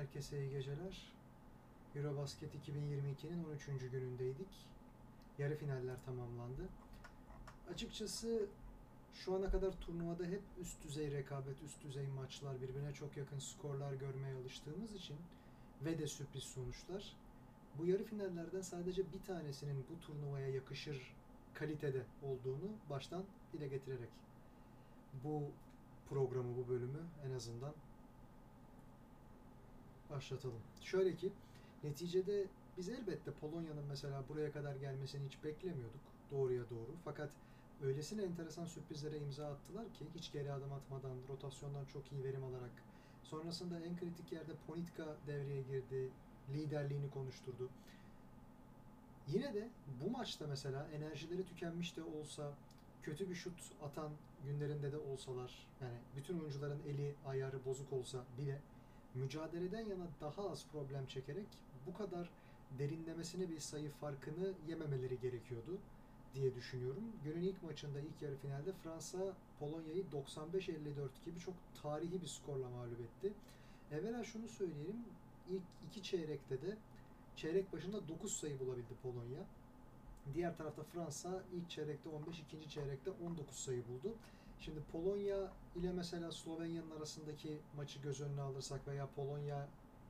Herkese iyi geceler. Eurobasket 2022'nin 13. günündeydik. Yarı finaller tamamlandı. Açıkçası şu ana kadar turnuvada hep üst düzey rekabet, üst düzey maçlar, birbirine çok yakın skorlar görmeye alıştığımız için ve de sürpriz sonuçlar. Bu yarı finallerden sadece bir tanesinin bu turnuvaya yakışır kalitede olduğunu baştan dile getirerek bu programı, bu bölümü en azından başlatalım. Şöyle ki, neticede biz elbette Polonya'nın mesela buraya kadar gelmesini hiç beklemiyorduk. Doğruya doğru. Fakat öylesine enteresan sürprizlere imza attılar ki hiç geri adım atmadan, rotasyondan çok iyi verim alarak. Sonrasında en kritik yerde Ponitka devreye girdi. Liderliğini konuşturdu. Yine de bu maçta mesela enerjileri tükenmiş de olsa, kötü bir şut atan günlerinde de olsalar, yani bütün oyuncuların eli ayarı bozuk olsa bile mücadeleden yana daha az problem çekerek bu kadar derinlemesine bir sayı farkını yememeleri gerekiyordu diye düşünüyorum. Günün ilk maçında, ilk yarı finalde Fransa Polonya'yı 95-54 gibi çok tarihi bir skorla mağlup etti. Evvela şunu söyleyelim, ilk iki çeyrekte de çeyrek başında 9 sayı bulabildi Polonya. Diğer tarafta Fransa ilk çeyrekte 15, ikinci çeyrekte 19 sayı buldu. Şimdi Polonya ile mesela Slovenya'nın arasındaki maçı göz önüne alırsak veya Polonya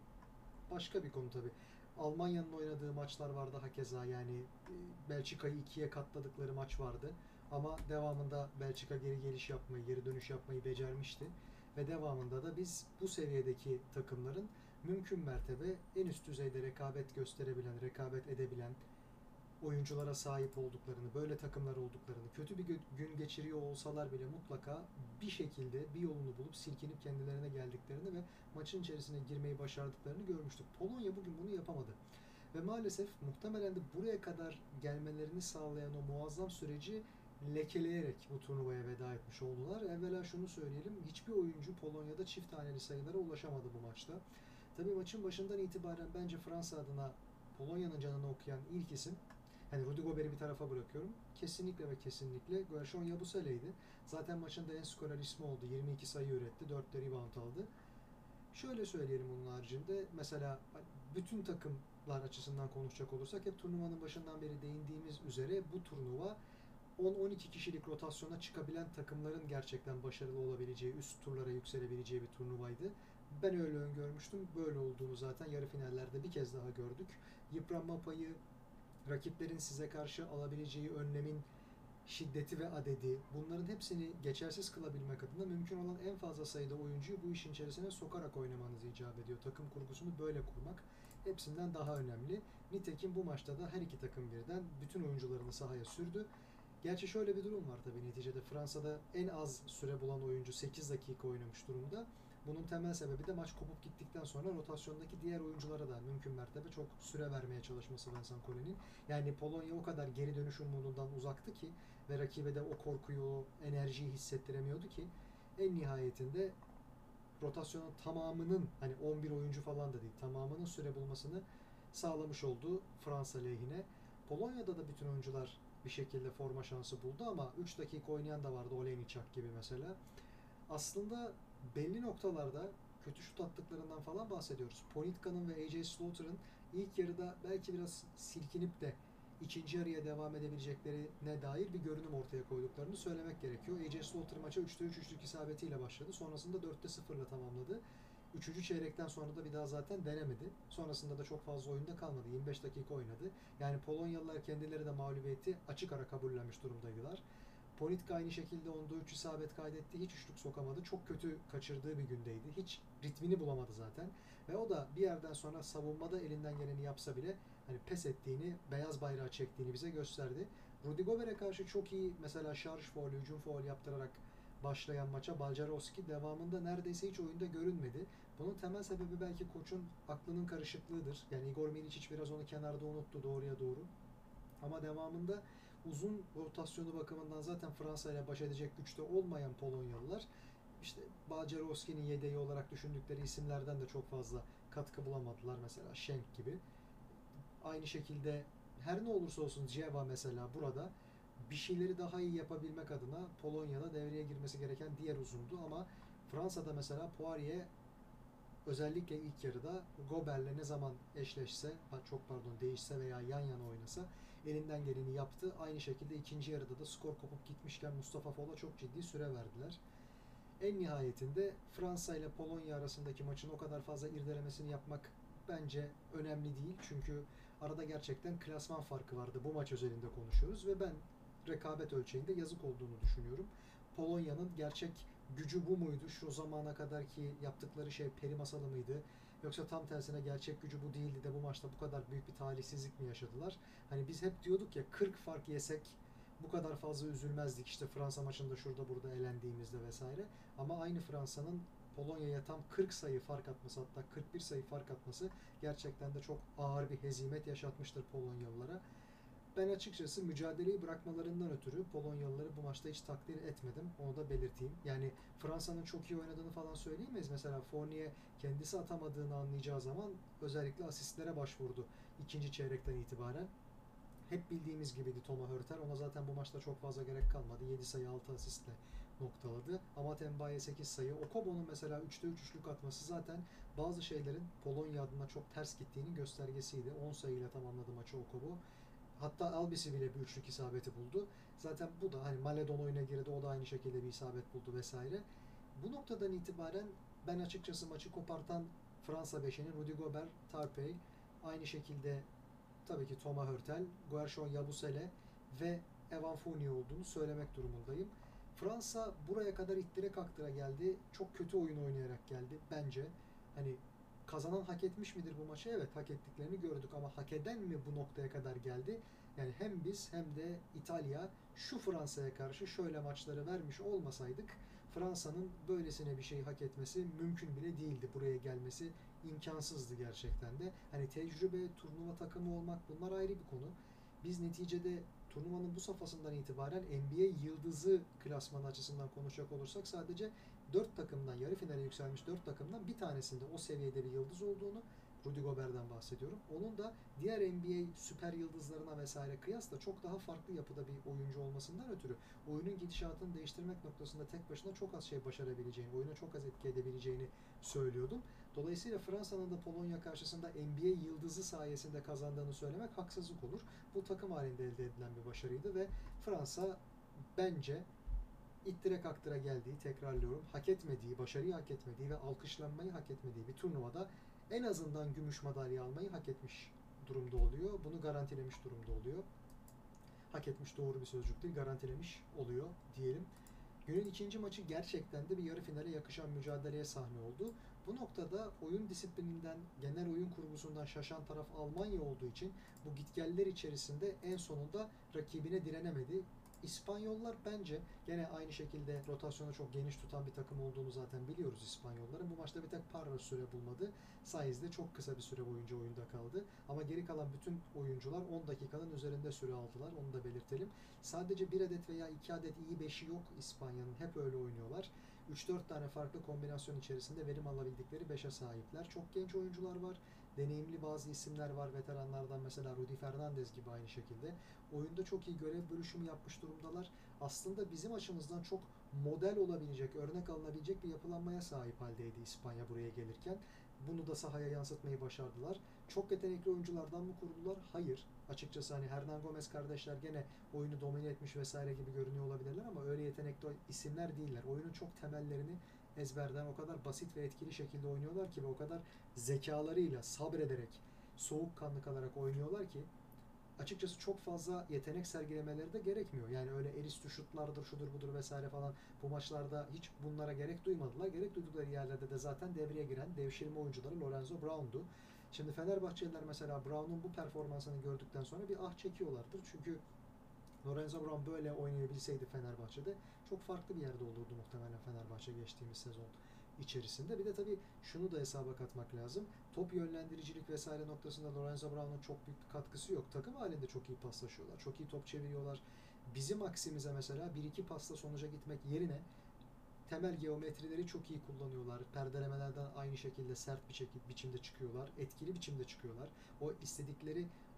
başka bir konu tabii. Almanya'nın oynadığı maçlar vardı hakeza, yani Belçika'yı ikiye katladıkları maç vardı. Ama devamında Belçika geri geliş yapmayı, geri dönüş yapmayı becermişti. Ve devamında da biz bu seviyedeki takımların mümkün mertebe en üst düzeyde rekabet gösterebilen, rekabet edebilen oyunculara sahip olduklarını, böyle takımlar olduklarını, kötü bir gün geçiriyor olsalar bile mutlaka bir şekilde bir yolunu bulup silkinip kendilerine geldiklerini ve maçın içerisine girmeyi başardıklarını görmüştük. Polonya bugün bunu yapamadı. Ve maalesef muhtemelen de buraya kadar gelmelerini sağlayan o muazzam süreci lekeleyerek bu turnuvaya veda etmiş oldular. Evvela şunu söyleyelim, hiçbir oyuncu Polonya'da çift taneli sayılara ulaşamadı bu maçta. Tabii maçın başından itibaren bence Fransa adına Polonya'nın canını okuyan ilk isim, hani Rudy Gobert'i bir tarafa bırakıyorum, kesinlikle ve kesinlikle Guerschon Yabusele'ydi. Zaten maçın da en skorer ismi oldu. 22 sayı üretti, 4 de rebound aldı. Şöyle söyleyelim bunun haricinde, mesela bütün takımlar açısından konuşacak olursak hep turnuvanın başından beri değindiğimiz üzere bu turnuva 10-12 kişilik rotasyona çıkabilen takımların gerçekten başarılı olabileceği, üst turlara yükselebileceği bir turnuvaydı. Ben öyle öngörmüştüm. Böyle olduğunu zaten yarı finallerde bir kez daha gördük. Yıpranma payı, rakiplerin size karşı alabileceği önlemin şiddeti ve adedi, bunların hepsini geçersiz kılabilmek adına mümkün olan en fazla sayıda oyuncuyu bu işin içerisine sokarak oynamanız icap ediyor. Takım kurgusunu böyle kurmak hepsinden daha önemli. Nitekim bu maçta da her iki takım birden bütün oyuncularını sahaya sürdü. Gerçi şöyle bir durum var tabii, neticede Fransa'da en az süre bulan oyuncu 8 dakika oynamış durumda. Bunun temel sebebi de maç kopup gittikten sonra rotasyondaki diğer oyunculara da mümkün mertebe çok süre vermeye çalışması Vincent Collet'in. Yani Polonya o kadar geri dönüş umudundan uzaktı ki ve rakibe de o korkuyu, o enerjiyi hissettiremiyordu ki en nihayetinde rotasyonun tamamının, hani 11 oyuncu falan da değil, tamamının süre bulmasını sağlamış oldu Fransa lehine. Polonya'da da bütün oyuncular bir şekilde forma şansı buldu ama 3 dakika oynayan da vardı, Olejniczak gibi mesela. Aslında belli noktalarda kötü şut attıklarından falan bahsediyoruz. Ponitka'nın ve AJ Slaughter'ın ilk yarıda belki biraz silkinip de ikinci yarıya devam edebileceklerine dair bir görünüm ortaya koyduklarını söylemek gerekiyor. AJ Slaughter maça 3'te 3 üçlük isabetiyle başladı. Sonrasında 4'te 0'la tamamladı. Üçüncü çeyrekten sonra da bir daha zaten denemedi. Sonrasında da çok fazla oyunda kalmadı. 25 dakika oynadı. Yani Polonyalılar kendileri de mağlubiyeti açık ara kabullenmiş durumdaydılar. Ponitka aynı şekilde onda 3 isabet kaydetti. Hiç üçlük sokamadı. Çok kötü kaçırdığı bir gündeydi. Hiç ritmini bulamadı zaten. Ve o da bir yerden sonra savunmada elinden geleni yapsa bile hani pes ettiğini, beyaz bayrağı çektiğini bize gösterdi. Rudy Gobert'e karşı çok iyi mesela şarj faul, hücum faul yaptırarak başlayan maça Balcerowski devamında neredeyse hiç oyunda görünmedi. Bunun temel sebebi belki koçun aklının karışıklığıdır. Yani Igor Miličić biraz onu kenarda unuttu doğruya doğru. Ama devamında uzun rotasyonu bakımından zaten Fransa ile baş edecek güçte olmayan Polonyalılar işte Balcerowski'nin yedeği olarak düşündükleri isimlerden de çok fazla katkı bulamadılar. Mesela Schenk gibi. Aynı şekilde her ne olursa olsun Dziewa mesela burada bir şeyleri daha iyi yapabilmek adına Polonya'da devreye girmesi gereken diğer uzundu ama Fransa'da mesela Poirier özellikle ilk yarıda Gober'le ne zaman eşleşse, değişse veya yan yana oynasa elinden geleni yaptı. Aynı şekilde ikinci yarıda da skor kopup gitmişken Mustafa Fol'a çok ciddi süre verdiler. En nihayetinde Fransa ile Polonya arasındaki maçın o kadar fazla irdelemesini yapmak bence önemli değil. Çünkü arada gerçekten klasman farkı vardı. Bu maç özelinde konuşuyoruz ve ben rekabet ölçeğinde yazık olduğunu düşünüyorum. Polonya'nın gerçek gücü bu muydu? Şu zamana kadar ki yaptıkları şey peri masalı mıydı? Yoksa tam tersine gerçek gücü bu değildi de bu maçta bu kadar büyük bir talihsizlik mi yaşadılar? Hani biz hep diyorduk ya 40 fark yesek bu kadar fazla üzülmezdik işte Fransa maçında şurada burada elendiğimizde vesaire. Ama aynı Fransa'nın Polonya'ya tam 40 sayı fark atması, hatta 41 sayı fark atması gerçekten de çok ağır bir hezimet yaşatmıştır Polonyalılara. Ben açıkçası mücadeleyi bırakmalarından ötürü Polonyalıları bu maçta hiç takdir etmedim. Onu da belirteyim. Yani Fransa'nın çok iyi oynadığını falan söyleyemeyiz. Mesela Fournier kendisi atamadığını anlayacağı zaman özellikle asistlere başvurdu ikinci çeyrekten itibaren. Hep bildiğimiz gibiydi Thomas Hürtel. Ona zaten bu maçta çok fazla gerek kalmadı. 7 sayı 6 asistle noktaladı. Amat Mbaye 8 sayı. Okobo'nun mesela 3'te 3 üçlük atması zaten bazı şeylerin Polonya adına çok ters gittiğinin göstergesiydi. 10 sayıyla tamamladı maçı Okobo. Hatta Albis'i bile bir üçlük isabeti buldu. Zaten bu da hani Maledon oyuna girdi. O da aynı şekilde bir isabet buldu vesaire. Bu noktadan itibaren ben açıkçası maçı kopartan Fransa 5'inin Rudy Gobert, Tarpey, aynı şekilde tabii ki Thomas Hürtel, Guerschon Yabusele ve Evan Fournier olduğunu söylemek durumundayım. Fransa buraya kadar ittire kaktıra geldi. Çok kötü oyun oynayarak geldi bence. Hani kazanan hak etmiş midir bu maçı? Evet, hak ettiklerini gördük ama hak eden mi bu noktaya kadar geldi? Yani hem biz hem de İtalya şu Fransa'ya karşı şöyle maçları vermiş olmasaydık Fransa'nın böylesine bir şeyi hak etmesi mümkün bile değildi. Buraya gelmesi imkansızdı gerçekten de. Hani tecrübe, turnuva takımı olmak bunlar ayrı bir konu. Biz neticede turnuvanın bu safhasından itibaren NBA yıldızı klasmanı açısından konuşacak olursak sadece 4 takımdan, yarı finale yükselmiş 4 takımdan bir tanesinde o seviyede bir yıldız olduğunu, Rudy Gobert'den bahsediyorum. Onun da diğer NBA süper yıldızlarına vesaire kıyasla çok daha farklı yapıda bir oyuncu olmasından ötürü oyunun gidişatını değiştirmek noktasında tek başına çok az şey başarabileceğini, oyuna çok az etki edebileceğini söylüyordum. Dolayısıyla Fransa'nın da Polonya karşısında NBA yıldızı sayesinde kazandığını söylemek haksızlık olur. Bu takım halinde elde edilen bir başarıydı ve Fransa bence ittire kaktıra geldiği, tekrarlıyorum, hak etmediği, başarıyı hak etmediği ve alkışlanmayı hak etmediği bir turnuvada en azından gümüş madalya almayı hak etmiş durumda oluyor. Bunu garantilemiş durumda oluyor. Hak etmiş doğru bir sözcük değil, garantilemiş oluyor diyelim. Günün ikinci maçı gerçekten de bir yarı finale yakışan mücadeleye sahne oldu. Bu noktada oyun disiplininden, genel oyun kurgusundan şaşan taraf Almanya olduğu için bu gitgeller içerisinde en sonunda rakibine direnemedi. İspanyollar bence gene aynı şekilde rotasyonu çok geniş tutan bir takım olduğunu zaten biliyoruz İspanyolların. Bu maçta bir tek Parra süre bulmadı. Sainz de çok kısa bir süre boyunca oyunda kaldı. Ama geri kalan bütün oyuncular 10 dakikanın üzerinde süre aldılar. Onu da belirtelim. Sadece bir adet veya iki adet iyi beşi yok İspanya'nın. Hep öyle oynuyorlar. 3-4 tane farklı kombinasyon içerisinde verim alabildikleri 5'e sahipler. Çok genç oyuncular var. Deneyimli bazı isimler var. Veteranlardan mesela Rudy Fernandez gibi aynı şekilde. Oyunda çok iyi görev bölüşümü yapmış durumdalar. Aslında bizim açımızdan çok model olabilecek, örnek alınabilecek bir yapılanmaya sahip haldeydi İspanya buraya gelirken. Bunu da sahaya yansıtmayı başardılar. Çok yetenekli oyunculardan mı kurdular? Hayır. Açıkçası hani Hernan Gomez kardeşler gene oyunu domine etmiş vesaire gibi görünüyor olabilirler ama öyle yetenekli isimler değiller. Oyunun çok temellerini ezberden o kadar basit ve etkili şekilde oynuyorlar ki ve o kadar zekalarıyla sabrederek, soğukkanlı kalarak oynuyorlar ki açıkçası çok fazla yetenek sergilemeleri de gerekmiyor. Yani öyle el üstü şutlardır, şudur budur vesaire falan bu maçlarda hiç bunlara gerek duymadılar. Gerek duydukları yerlerde de zaten devreye giren devşirme oyuncuları Lorenzo Brown'du. Şimdi Fenerbahçeliler mesela Brown'un bu performansını gördükten sonra bir ah çekiyorlardır. Çünkü Lorenzo Brown böyle oynayabilseydi Fenerbahçe'de çok farklı bir yerde olurdu muhtemelen Fenerbahçe geçtiğimiz sezon içerisinde. Bir de tabii şunu da hesaba katmak lazım. Top yönlendiricilik vesaire noktasında Lorenzo Brown'un çok büyük bir katkısı yok. Takım halinde çok iyi paslaşıyorlar. Çok iyi top çeviriyorlar. Bizim aksimize mesela bir iki pasla sonuca gitmek yerine temel geometrileri çok iyi kullanıyorlar. Perdelemelerden aynı şekilde sert bir biçimde çıkıyorlar. Etkili biçimde çıkıyorlar. O istedikleri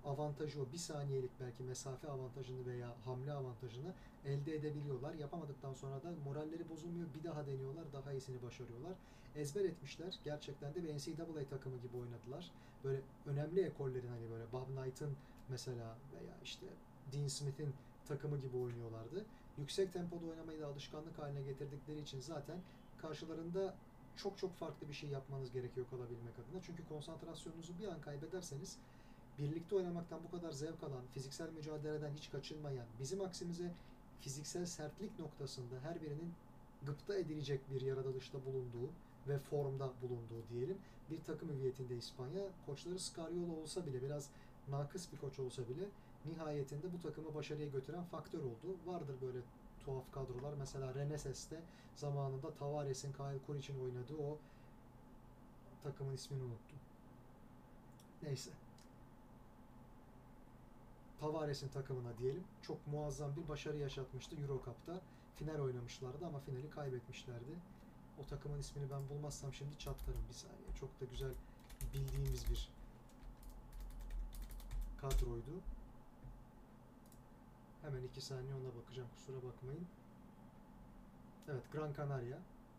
avantajı, o bir saniyelik belki mesafe avantajını veya hamle avantajını elde edebiliyorlar. Yapamadıktan sonra da moralleri bozulmuyor. Bir daha deniyorlar. Daha iyisini başarıyorlar. Ezber etmişler. Gerçekten de bir NCAA takımı gibi oynadılar. Böyle önemli ekollerin, hani böyle Bob Knight'ın mesela veya işte Dean Smith'in takımı gibi oynuyorlardı. Yüksek tempoda oynamayı da alışkanlık haline getirdikleri için zaten karşılarında çok çok farklı bir şey yapmanız gerekiyor kalabilmek adına. Çünkü konsantrasyonunuzu bir an kaybederseniz, birlikte oynamaktan bu kadar zevk alan, fiziksel mücadeleden hiç kaçınmayan, bizim aksimize fiziksel sertlik noktasında her birinin gıpta edilecek bir yaratılışta bulunduğu ve formda bulunduğu diyelim bir takım hüviyetinde İspanya. Koçları Scariolo olsa bile, biraz nakıs bir koç olsa bile, nihayetinde bu takımı başarıya götüren faktör oldu. Vardır böyle tuhaf kadrolar. Mesela Reneses'te zamanında Tavares'in, Kyle Kuric'in oynadığı o takımın ismini unuttum. Neyse. Tavares'in takımına diyelim. Çok muazzam bir başarı yaşatmıştı Euro Cup'ta. Final oynamışlardı ama finali kaybetmişlerdi. O takımın ismini ben bulmazsam şimdi çatlarım, bir saniye. Çok da güzel bildiğimiz bir kadroydu. Hemen 2 saniye ona bakacağım, kusura bakmayın. Evet, Gran Canaria.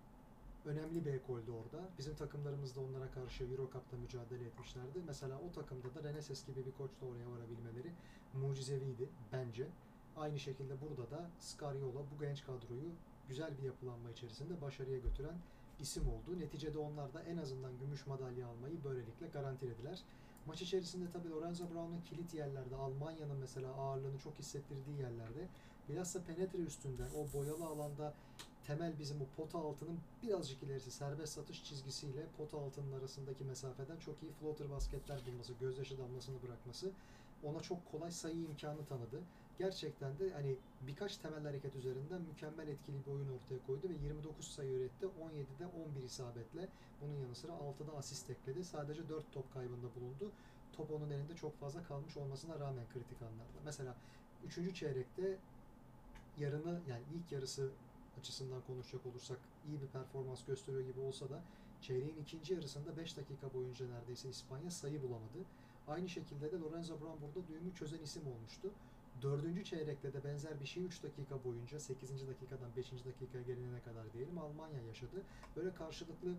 Önemli bir ekoldü orada. Bizim takımlarımız da onlara karşı Euro Cup'ta mücadele etmişlerdi. Mesela o takımda da Reneses gibi bir koçla oraya varabilmeleri mucizeviydi bence. Aynı şekilde burada da Scariolo bu genç kadroyu güzel bir yapılanma içerisinde başarıya götüren isim oldu. Neticede onlar da en azından gümüş madalya almayı böylelikle garantilediler. Maç içerisinde tabii Lorenzo Brown'un kilit yerlerde, Almanya'nın mesela ağırlığını çok hissettirdiği yerlerde, bilhassa penetre üstünden o boyalı alanda temel bizim o pota altının birazcık ilerisi serbest satış çizgisiyle pota altının arasındaki mesafeden çok iyi floater basketler bulması, gözyaşı damlasını bırakması ona çok kolay sayı imkanı tanıdı. Gerçekten de hani birkaç temel hareket üzerinden mükemmel etkili bir oyun ortaya koydu ve 29 sayı üretti. 17'de 11 isabetle. Bunun yanı sıra 6'da asist ekledi. Sadece 4 top kaybında bulundu. Top onun elinde çok fazla kalmış olmasına rağmen kritik anlarda. Mesela 3. çeyrekte yarını, yani ilk yarısı açısından konuşacak olursak iyi bir performans gösteriyor gibi olsa da çeyreğin ikinci yarısında 5 dakika boyunca neredeyse İspanya sayı bulamadı. Aynı şekilde de Lorenzo Brown burada düğümü çözen isim olmuştu. Dördüncü çeyrekte de benzer bir şey 3 dakika boyunca 8. dakikadan 5. dakikaya gelinene kadar diyelim Almanya yaşadı. Böyle karşılıklı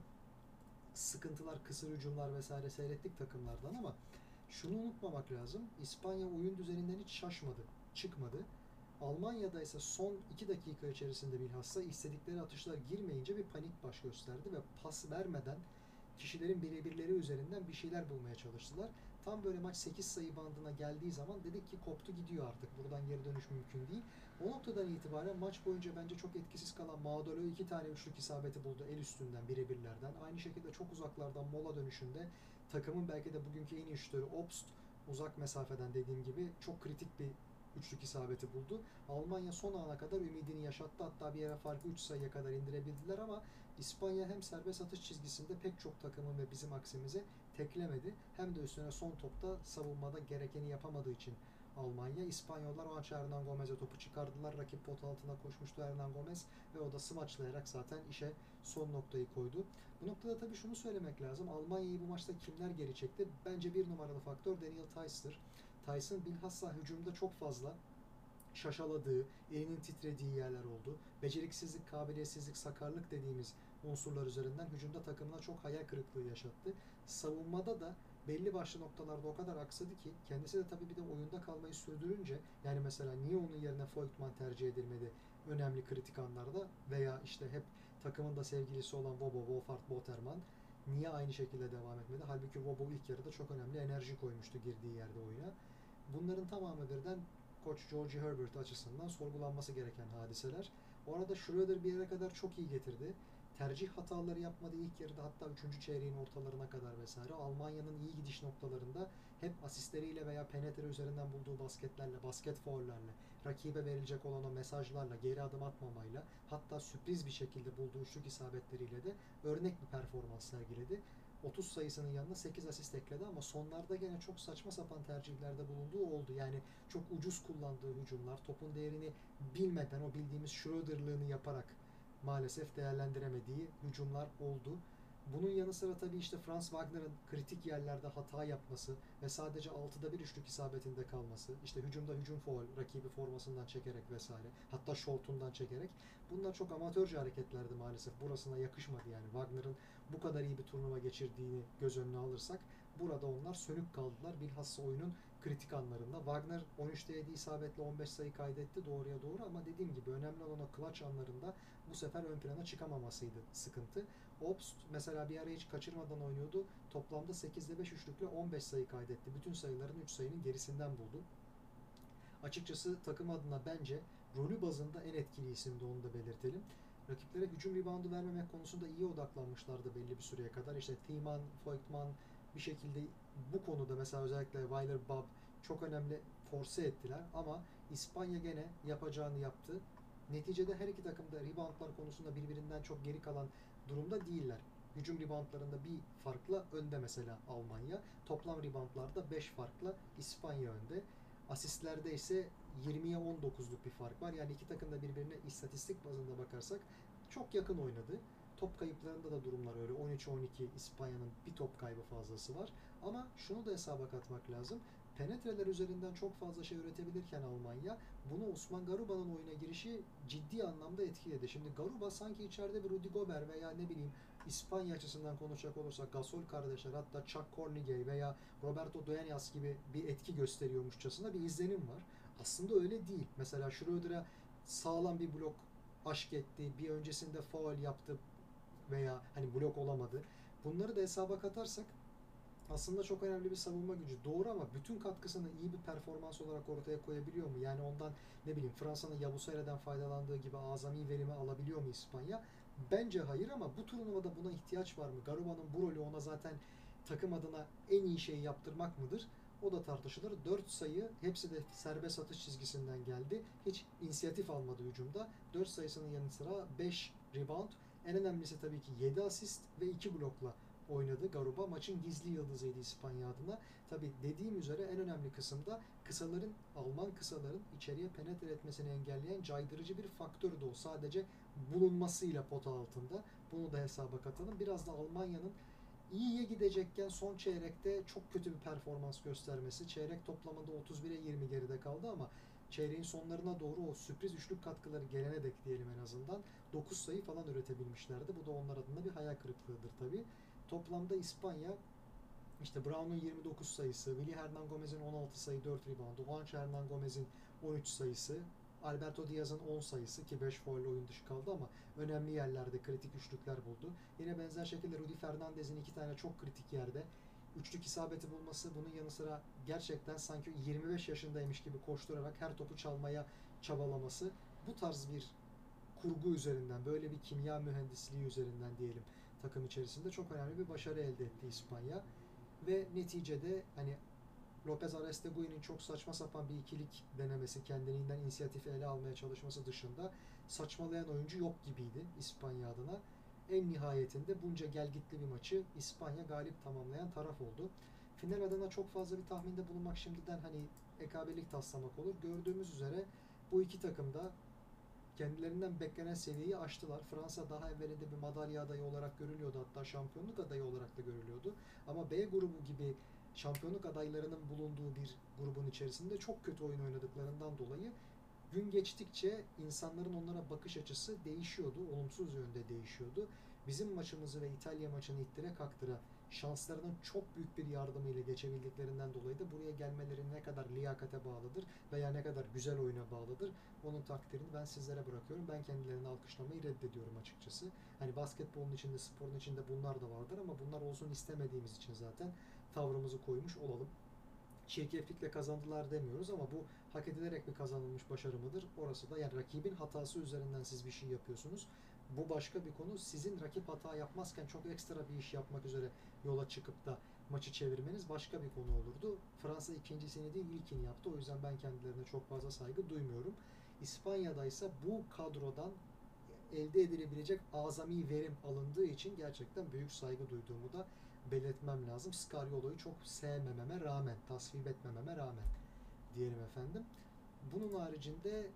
sıkıntılar, kısır hücumlar vesaire seyrettik takımlardan ama şunu unutmamak lazım. İspanya oyun düzeninden hiç şaşmadı, çıkmadı. Almanya'da ise son 2 dakika içerisinde bilhassa istedikleri atışlar girmeyince bir panik baş gösterdi ve pas vermeden kişilerin birebirleri üzerinden bir şeyler bulmaya çalıştılar. Tam böyle maç 8 sayı bandına geldiği zaman dedik ki koptu gidiyor artık. Buradan geri dönüş mümkün değil. O noktadan itibaren maç boyunca bence çok etkisiz kalan Maudolo 2 tane üçlük isabeti buldu el üstünden birebirlerden. Aynı şekilde çok uzaklardan mola dönüşünde takımın belki de bugünkü en iyi şutörü Obst uzak mesafeden dediğim gibi çok kritik bir üçlük isabeti buldu. Almanya son ana kadar ümidini yaşattı. Hatta bir yere farkı 3 sayıya kadar indirebildiler ama İspanya hem serbest atış çizgisinde pek çok takımın ve bizim aksimize teklemedi. Hem de üstüne son topta savunmada gerekeni yapamadığı için Almanya, İspanyollar o an Hernan Gomez'e topu çıkardılar. Rakip pot altına koşmuştu Hernan Gomez ve o da smaçlayarak zaten işe son noktayı koydu. Bu noktada tabii şunu söylemek lazım. Almanya'yı bu maçta kimler geri çekti? Bence bir numaralı faktör Daniel Theis'tir. Tyson bilhassa hücumda çok fazla şaşaladığı, elinin titrediği yerler oldu. Beceriksizlik, kabiliyetsizlik, sakarlık dediğimiz unsurlar üzerinden hücumda takımına çok hayal kırıklığı yaşattı. Savunmada da belli başlı noktalarda o kadar aksadı ki kendisi de tabii bir de oyunda kalmayı sürdürünce, yani mesela niye onun yerine Voigtmann tercih edilmedi önemli kritik anlarda veya işte hep takımın da sevgilisi olan Wobo, Wolfhard Botterman niye aynı şekilde devam etmedi? Halbuki Wobo ilk yarıda çok önemli enerji koymuştu girdiği yerde oyuna. Bunların tamamı birden koç George Herbert açısından sorgulanması gereken hadiseler. O arada Schröder bir yere kadar çok iyi getirdi. Tercih hataları yapmadı ilk yarıda, hatta 3. çeyreğin ortalarına kadar vesaire. Almanya'nın iyi gidiş noktalarında hep asistleriyle veya penetre üzerinden bulduğu basketlerle, basket faullerle, rakibe verilecek olan o mesajlarla, geri adım atmamayla, hatta sürpriz bir şekilde bulduğu üçlük isabetleriyle de örnek bir performans sergiledi. 30 sayısının yanına 8 asist ekledi ama sonlarda gene çok saçma sapan tercihlerde bulunduğu oldu. Yani çok ucuz kullandığı hücumlar, topun değerini bilmeden o bildiğimiz Schröder'lığını yaparak maalesef değerlendiremediği hücumlar oldu. Bunun yanı sıra tabii işte Franz Wagner'ın kritik yerlerde hata yapması ve sadece 6'da 1 üçlük isabetinde kalması, işte hücumda hücum faul, rakibi formasından çekerek vesaire, hatta şortundan çekerek, bunlar çok amatörce hareketlerdi maalesef. Burasına yakışmadı yani. Wagner'ın bu kadar iyi bir turnuva geçirdiğini göz önüne alırsak burada onlar sönük kaldılar. Bilhassa oyunun kritik anlarında. Wagner 13'te 7 isabetle 15 sayı kaydetti doğruya doğru, ama dediğim gibi önemli olan o clutch anlarında bu sefer ön plana çıkamamasıydı sıkıntı. Obst mesela bir ara hiç kaçırmadan oynuyordu. Toplamda 8'de 5 üçlükle 15 sayı kaydetti. Bütün sayıların 3 sayının gerisinden buldu. Açıkçası takım adına bence rolü bazında en etkili isimdi, onu da belirtelim. Rakiplere hücum reboundu vermemek konusunda iyi odaklanmışlardı belli bir süreye kadar. İşte Thiemann, Voigtmann bir şekilde bu konuda, mesela özellikle Weiler-Bob çok önemli force ettiler, ama İspanya gene yapacağını yaptı. Neticede her iki takım da reboundlar konusunda birbirinden çok geri kalan durumda değiller. Hücum reboundlarında bir farkla önde mesela Almanya. Toplam reboundlarda 5 farkla İspanya önde. Asistlerde ise 20'ye 19'luk bir fark var. Yani iki takım da birbirine istatistik bazında bakarsak çok yakın oynadı. Top kayıplarında da durumlar öyle. 13-12 İspanya'nın bir top kaybı fazlası var. Ama şunu da hesaba katmak lazım. Penetreler üzerinden çok fazla şey üretebilirken Almanya, bunu Osman Garuba'nın oyuna girişi ciddi anlamda etkiledi. Şimdi Garuba sanki içeride bir Rudy Gobert veya ne bileyim, İspanya açısından konuşacak olursak Gasol kardeşler, hatta Chuck Cornigay veya Roberto Dueñas gibi bir etki gösteriyormuşçasına bir izlenim var. Aslında öyle değil. Mesela Schroeder'a sağlam bir blok aşk etti, bir öncesinde faul yaptı veya hani blok olamadı. Bunları da hesaba katarsak aslında çok önemli bir savunma gücü. Doğru, ama bütün katkısını iyi bir performans olarak ortaya koyabiliyor mu? Yani ondan ne bileyim Fransa'nın Yabusere'den faydalandığı gibi azami verimi alabiliyor mu İspanya? Bence hayır, ama bu turnuvada buna ihtiyaç var mı? Garuba'nın bu rolü ona zaten takım adına en iyi şeyi yaptırmak mıdır? O da tartışılır. 4 sayı, hepsi de serbest atış çizgisinden geldi. Hiç inisiyatif almadı hücumda. 4 sayısının yanı sıra 5 rebound. En önemlisi tabii ki 7 asist ve 2 blokla oynadı Garuba. Maçın gizli yıldızıydı İspanya adına. Tabi dediğim üzere en önemli kısımda kısaların, Alman kısaların içeriye penetre etmesini engelleyen caydırıcı bir faktördü o. Sadece bulunmasıyla pota altında. Bunu da hesaba katalım. Biraz da Almanya'nın iyiye gidecekken son çeyrekte çok kötü bir performans göstermesi. Çeyrek toplamında 31'e 20 geride kaldı, ama çeyreğin sonlarına doğru o sürpriz üçlük katkıları gelene dek diyelim en azından 9 sayı falan üretebilmişlerdi. Bu da onlar adına bir hayal kırıklığıdır tabii. Toplamda İspanya işte Brown'un 29 sayısı, Willy Hernan Gomez'in 16 sayı 4 reboundu, Juancho Hernan Gomez'in 13 sayısı, Alberto Diaz'ın 10 sayısı ki 5 foul oyun dışı kaldı, ama önemli yerlerde kritik üçlükler buldu. Yine benzer şekilde Rudy Fernandez'in 2 tane çok kritik yerde üçlük isabeti bulması, bunun yanı sıra gerçekten sanki 25 yaşındaymış gibi koşturarak her topu çalmaya çabalaması, bu tarz bir kurgu üzerinden, böyle bir kimya mühendisliği üzerinden diyelim, takım içerisinde çok önemli bir başarı elde etti İspanya. Ve neticede hani Lopez Aristegui'nin çok saçma sapan bir ikilik denemesi, kendiliğinden inisiyatifi ele almaya çalışması dışında saçmalayan oyuncu yok gibiydi İspanya adına. En nihayetinde bunca gelgitli bir maçı İspanya galip tamamlayan taraf oldu. Final adına çok fazla bir tahminde bulunmak şimdiden hani ekabelik taslamak olur. Gördüğümüz üzere bu iki takım da kendilerinden beklenen seviyeyi aştılar. Fransa daha evvelinde bir madalya adayı olarak görülüyordu. Hatta şampiyonluk adayı olarak da görülüyordu. Ama B grubu gibi şampiyonluk adaylarının bulunduğu bir grubun içerisinde çok kötü oyun oynadıklarından dolayı gün geçtikçe insanların onlara bakış açısı değişiyordu. Olumsuz yönde değişiyordu. Bizim maçımızı ve İtalya maçını ittire kaktıra şanslarının çok büyük bir yardımıyla geçebildiklerinden dolayı da buraya gelmeleri ne kadar liyakate bağlıdır veya ne kadar güzel oyuna bağlıdır, onun takdirini ben sizlere bırakıyorum. Ben kendilerini alkışlamayı reddediyorum açıkçası. Hani basketbolun içinde, sporun içinde bunlar da vardır, ama bunlar olsun istemediğimiz için zaten tavrımızı koymuş olalım. Çirkeflikle kazandılar demiyoruz, ama bu hak edilerek bir kazanılmış başarı mıdır? Orası da, yani rakibin hatası üzerinden siz bir şey yapıyorsunuz. Bu başka bir konu. Sizin rakip hata yapmazken çok ekstra bir iş yapmak üzere yola çıkıp da maçı çevirmeniz başka bir konu olurdu. Fransa ikincisini değil ilkini yaptı. O yüzden ben kendilerine çok fazla saygı duymuyorum. İspanya'da ise bu kadrodan elde edilebilecek azami verim alındığı için gerçekten büyük saygı duyduğumu da belirtmem lazım. Scariolo'yu çok sevmememe rağmen, tasvip etmememe rağmen diyelim efendim. Bunun haricinde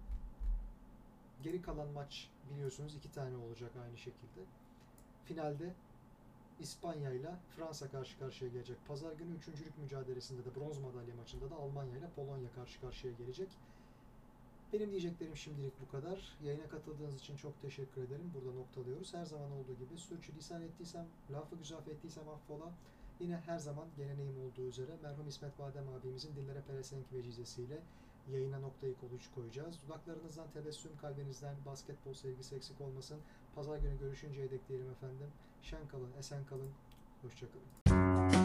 geri kalan maç biliyorsunuz 2 tane olacak aynı şekilde. Finalde İspanya ile Fransa karşı karşıya gelecek. Pazar günü üçüncülük mücadelesinde de bronz madalya maçında da Almanya ile Polonya karşı karşıya gelecek. Benim diyeceklerim şimdilik bu kadar. Yayına katıldığınız için çok teşekkür ederim. Burada noktalıyoruz. Her zaman olduğu gibi sürçülisan ettiysem, lafı güzel ettiysem affola. Yine her zaman geleneğim olduğu üzere merhum İsmet Badem abimizin Dillere Pelesenk vecizesiyle yayına noktayı koyacağız. Dudaklarınızdan tebessüm, kalbinizden basketbol sevgisi eksik olmasın. Pazar günü görüşünceye dek diyelim efendim. Şen kalın, esen kalın. Hoşça kalın.